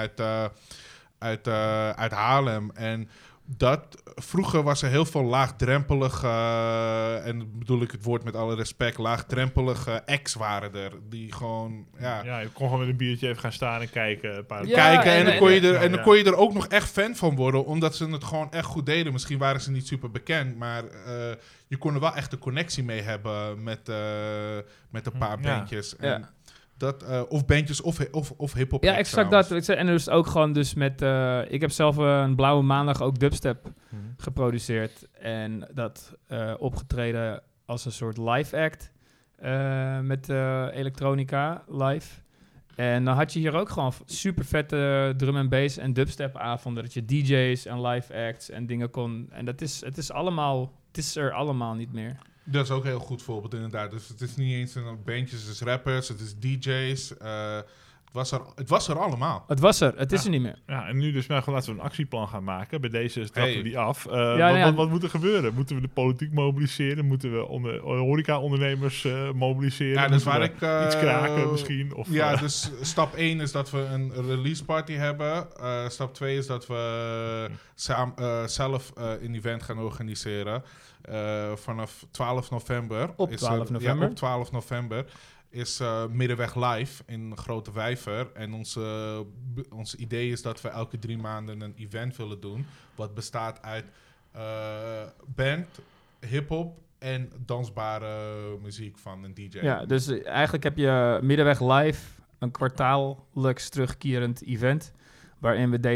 uit Haarlem. En vroeger was er heel veel laagdrempelige, en bedoel ik het woord met alle respect, laagdrempelige acts waren er. Die gewoon, Ja, je kon gewoon met een biertje even gaan staan en kijken. Een paar kijken en dan kon je er ook nog echt fan van worden, omdat ze het gewoon echt goed deden. Misschien waren ze niet super bekend, maar je kon er wel echt een connectie mee hebben met een paar bandjes. Ja. En of bandjes of hip-hop. Ja, exact dat. En dus ook gewoon dus met... ik heb zelf een Blauwe Maandag ook dubstep geproduceerd. En dat opgetreden als een soort live act met elektronica live. En dan had je hier ook gewoon super vette drum en bass en dubstep avonden. Dat je DJ's en live acts en dingen kon... En het is er allemaal niet meer. Dat is ook een heel goed voorbeeld, inderdaad. Dus het is niet eens een bandjes, het is rappers, het is DJ's. Het was er allemaal. Het was er, het is er niet meer. Ja, en nu dus maar gewoon laten we een actieplan gaan maken. Bij deze trappen we die af. Wat moet er gebeuren? Moeten we de politiek mobiliseren? Moeten we horeca-ondernemers mobiliseren? Ja, dus waar ik... iets kraken misschien? Of, dus stap 1 is dat we een release party hebben. Stap 2 is dat we zelf een event gaan organiseren. Vanaf 12 november. Op 12 november? Ja, op 12 november is Middenweg Live in Grote Vijver. En ons idee is dat we elke 3 maanden een event willen doen. Wat bestaat uit band, hiphop en dansbare muziek van een DJ. Ja, dus eigenlijk heb je Middenweg Live, een kwartaallijks terugkerend event, waarin we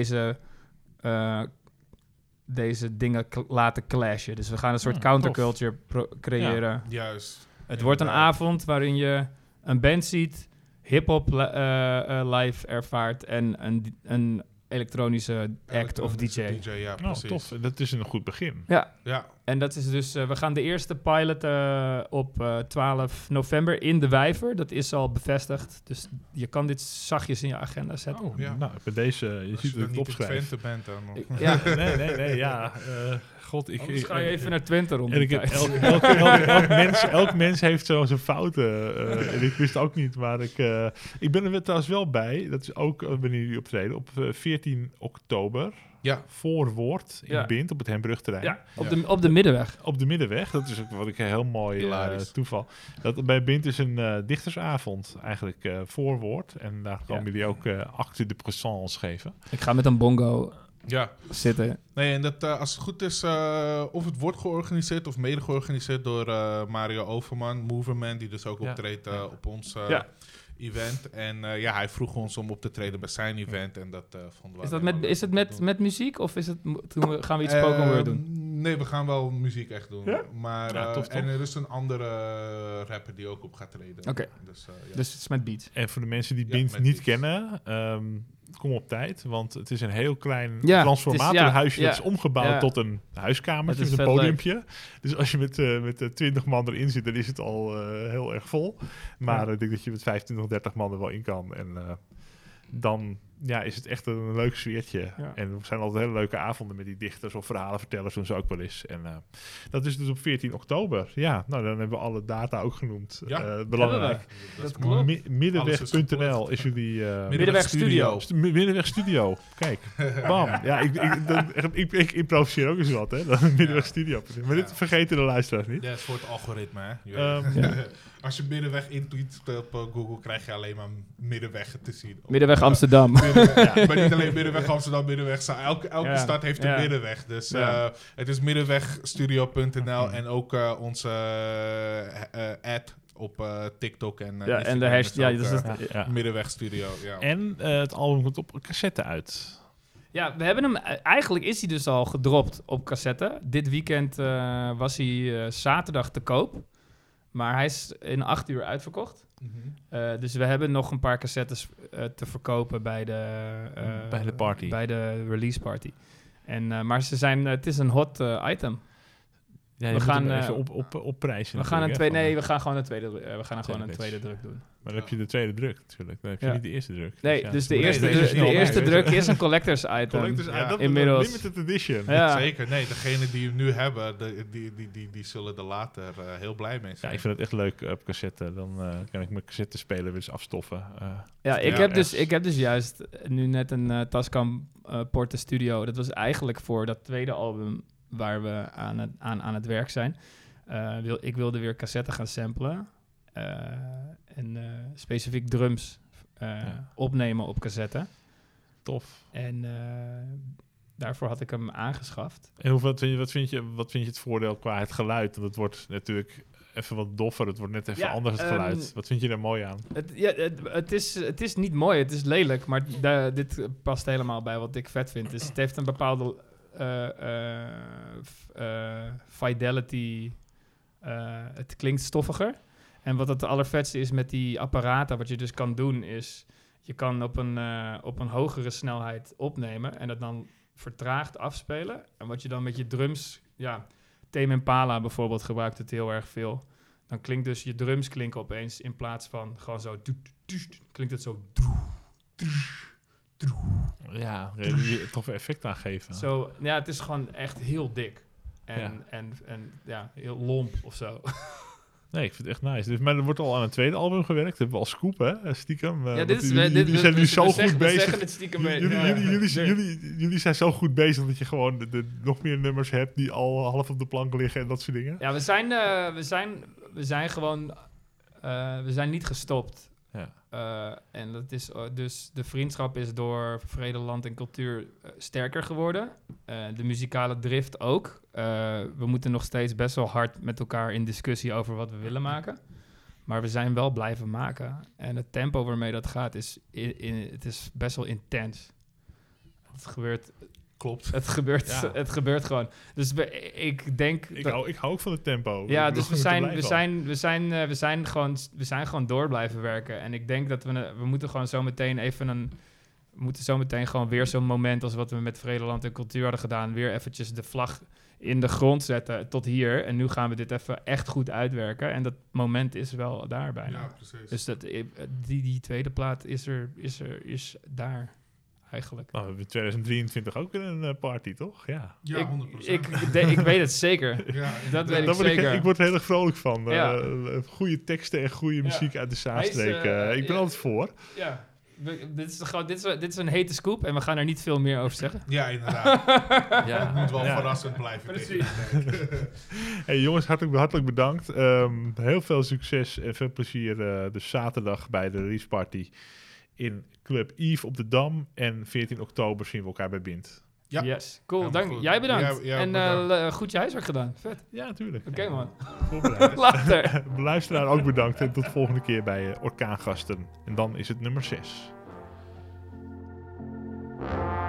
deze dingen laten clashen. Dus we gaan een soort counterculture creëren. Ja, juist. Het wordt een avond waarin je een band ziet, hip-hop live ervaart en een elektronische act of DJ. Ja, precies. tof. Dat is een goed begin. Ja. Ja. en dat is dus... we gaan de eerste pilot op 12 november in de Wijver. Dat is al bevestigd. Dus je kan dit zachtjes in je agenda zetten. Oh, ja. Nou, bij deze, je Als ziet je het niet opschrijven. Twente bent dan. Ja, Nee, ja. God, anders ga je even naar Twente rond En die ik heb tijd. elk mens heeft zo zijn fouten. En ik wist ook niet, maar ik ben er trouwens wel bij. Dat is ook wanneer jullie optreden. Op 14 oktober. Ja. Voorwoord in Ja. Bint op het Hembrugterrein. Ja, op de Middenweg. Op de Middenweg. Dat is ook wat ik een heel mooi Hilarisch. toeval. Bij Bint is een dichtersavond eigenlijk voorwoord. En daar komen jullie ook acte de présence geven. Ik ga met een bongo Ja. zitten. Nee, en dat als het goed is, of het wordt georganiseerd of mede georganiseerd door Mario Overman, Moverman, die dus ook Ja. optreedt op ons Ja. event. En hij vroeg ons om op te treden bij zijn event en dat vonden we... Is het met muziek of gaan we iets spoken word doen? Nee, we gaan wel muziek echt doen. Ja? Maar, Ja, tof. en er is een andere rapper die ook op gaat treden. Oké. Dus, Dus het is met beats. En voor de mensen die Ja, Bint met niet iets. kennen, kom op tijd. Want het is een heel klein Ja, transformatorhuisje. het is- dat is omgebouwd ja. tot een huiskamertje Het is met een vet podiumpje. Dus als je met 20 man erin zit, dan is het al heel erg vol. Maar ik denk dat je met 25, 30 man er wel in kan. En dan is het echt een leuk sfeertje. Ja. En er zijn altijd hele leuke avonden met die dichters of verhalenvertellers, doen ze ook wel eens. En dat is dus op 14 oktober. Ja, nou dan hebben we alle data ook genoemd. Ja. Belangrijk. Dat klopt. Middenweg.nl is jullie... Middenweg Studio. Middenweg Studio. Kijk. Bam. Ja, ik improviseer ook eens wat, hè. Middenweg Studio. Maar dit vergeten de luisteraars niet. Ja, het is voor het algoritme, hè. Je weet. Als je Middenweg intoetst op Google, krijg je alleen maar Middenweg te zien. Middenweg Amsterdam. Middenweg, maar niet alleen Middenweg Amsterdam, Middenweg. Elke Ja. stad heeft een Middenweg. Dus Ja. het is middenwegstudio.nl en ook onze ad op TikTok en En de Instagram hashtag. is ook, Ja. Middenweg Studio. Ja. En het album komt op cassette uit. Ja, we hebben hem... Eigenlijk is hij dus al gedropt op cassette. Dit weekend was hij zaterdag te koop. Maar hij is in 8 uur uitverkocht. Dus we hebben nog een paar cassettes te verkopen bij de party. Bij de release party. Maar het is een hot item. Ja, We we gaan, gaan even op prijzen. We gaan gewoon een tweede Tweede tweede druk doen. Maar dan heb je de tweede druk natuurlijk. Dan heb je Ja. niet de eerste druk. Nee, ja. dus de Nee, eerste, deze is de niet al eerste bij, druk is een collectors item. Collectors Ja. dat Inmiddels. limited edition. Ja. Zeker, nee, degene die hem nu hebben, die zullen er later heel blij mee Ja, zijn. ik vind het echt leuk op cassette. Dan kan ik mijn cassette speler weer eens afstoffen. Ja, ik Ja, heb dus juist nu net een Tascam Porte Studio. Dat was eigenlijk voor dat tweede album waar we aan het werk zijn. Ik wilde weer cassetten gaan samplen. En specifiek drums opnemen op cassette. Tof. En daarvoor had ik hem aangeschaft. En wat vind je het voordeel qua het geluid? Want het wordt natuurlijk even wat doffer. Het wordt net even anders het geluid. Wat vind je daar mooi aan? Het is niet mooi, het is lelijk. Maar dit past helemaal bij wat ik vet vind. Dus het heeft een bepaalde fidelity. Het klinkt stoffiger. En wat het allervetste is met die apparaten, wat je dus kan doen, is je kan op een hogere snelheid opnemen en dat dan vertraagd afspelen. En wat je dan met je drums, Tame Impala bijvoorbeeld gebruikt het heel erg veel. Dan klinkt dus je drums klinken opeens in plaats van gewoon zo, klinkt het zo. Ja, een toffe effect aangeven. Zo, ja, het is gewoon echt heel dik. En heel lomp of zo. Nee, ik vind het echt nice. Dus, maar er wordt al aan een tweede album gewerkt. Hebben we al Scoop, hè? Stiekem. Jullie zijn nu zo goed bezig. Jullie zijn zo goed bezig dat je gewoon nog meer nummers hebt die al half op de plank liggen en dat soort dingen. Ja, we zijn gewoon... we zijn niet gestopt. Ja. En dat is dus de vriendschap is door Vrede, Land en Cultuur sterker geworden. De muzikale drift ook. We moeten nog steeds best wel hard met elkaar in discussie over wat we willen maken. Maar we zijn wel blijven maken. En het tempo waarmee dat gaat het is best wel intens. Het gebeurt... Klopt. Het gebeurt gewoon. Dus ik denk... Ik hou ook van het tempo. Ja, dus we zijn gewoon door blijven werken. En ik denk dat we moeten gewoon zometeen gewoon weer zo'n moment als wat we met Vrede, Land en Cultuur hadden gedaan. Weer eventjes de vlag in de grond zetten tot hier. En nu gaan we dit even echt goed uitwerken. En dat moment is wel daar bijna. Ja, precies. Dus die tweede plaat is daar eigenlijk. Nou, we hebben in 2023 ook weer een party, toch? Ja. Ja, 100%. Ik weet het zeker. Ja, Dat weet ik Daar word zeker. ik word er heel erg vrolijk van. Ja. Goede teksten en goede muziek uit de Zaanstreek. Ik ben altijd voor. Ja. Dit is een hete scoop en we gaan er niet veel meer over zeggen. Ja, inderdaad. Ja. Het moet wel Ja. verrassend blijven. Precies. Hey jongens, hartelijk bedankt. Heel veel succes en veel plezier dus zaterdag bij de release party in Club Eve op de Dam. En 14 oktober zien we elkaar bij Bind. Ja. Yes, cool. Helemaal Dank. goed. Jij bedankt. Ja, en bedankt. goed je huiswerk gedaan. Vet. Ja, natuurlijk. Oké, man. Voorbereid. Later. Luisteraar ook bedankt en tot de volgende keer bij Orkaangasten. En dan is het nummer 6.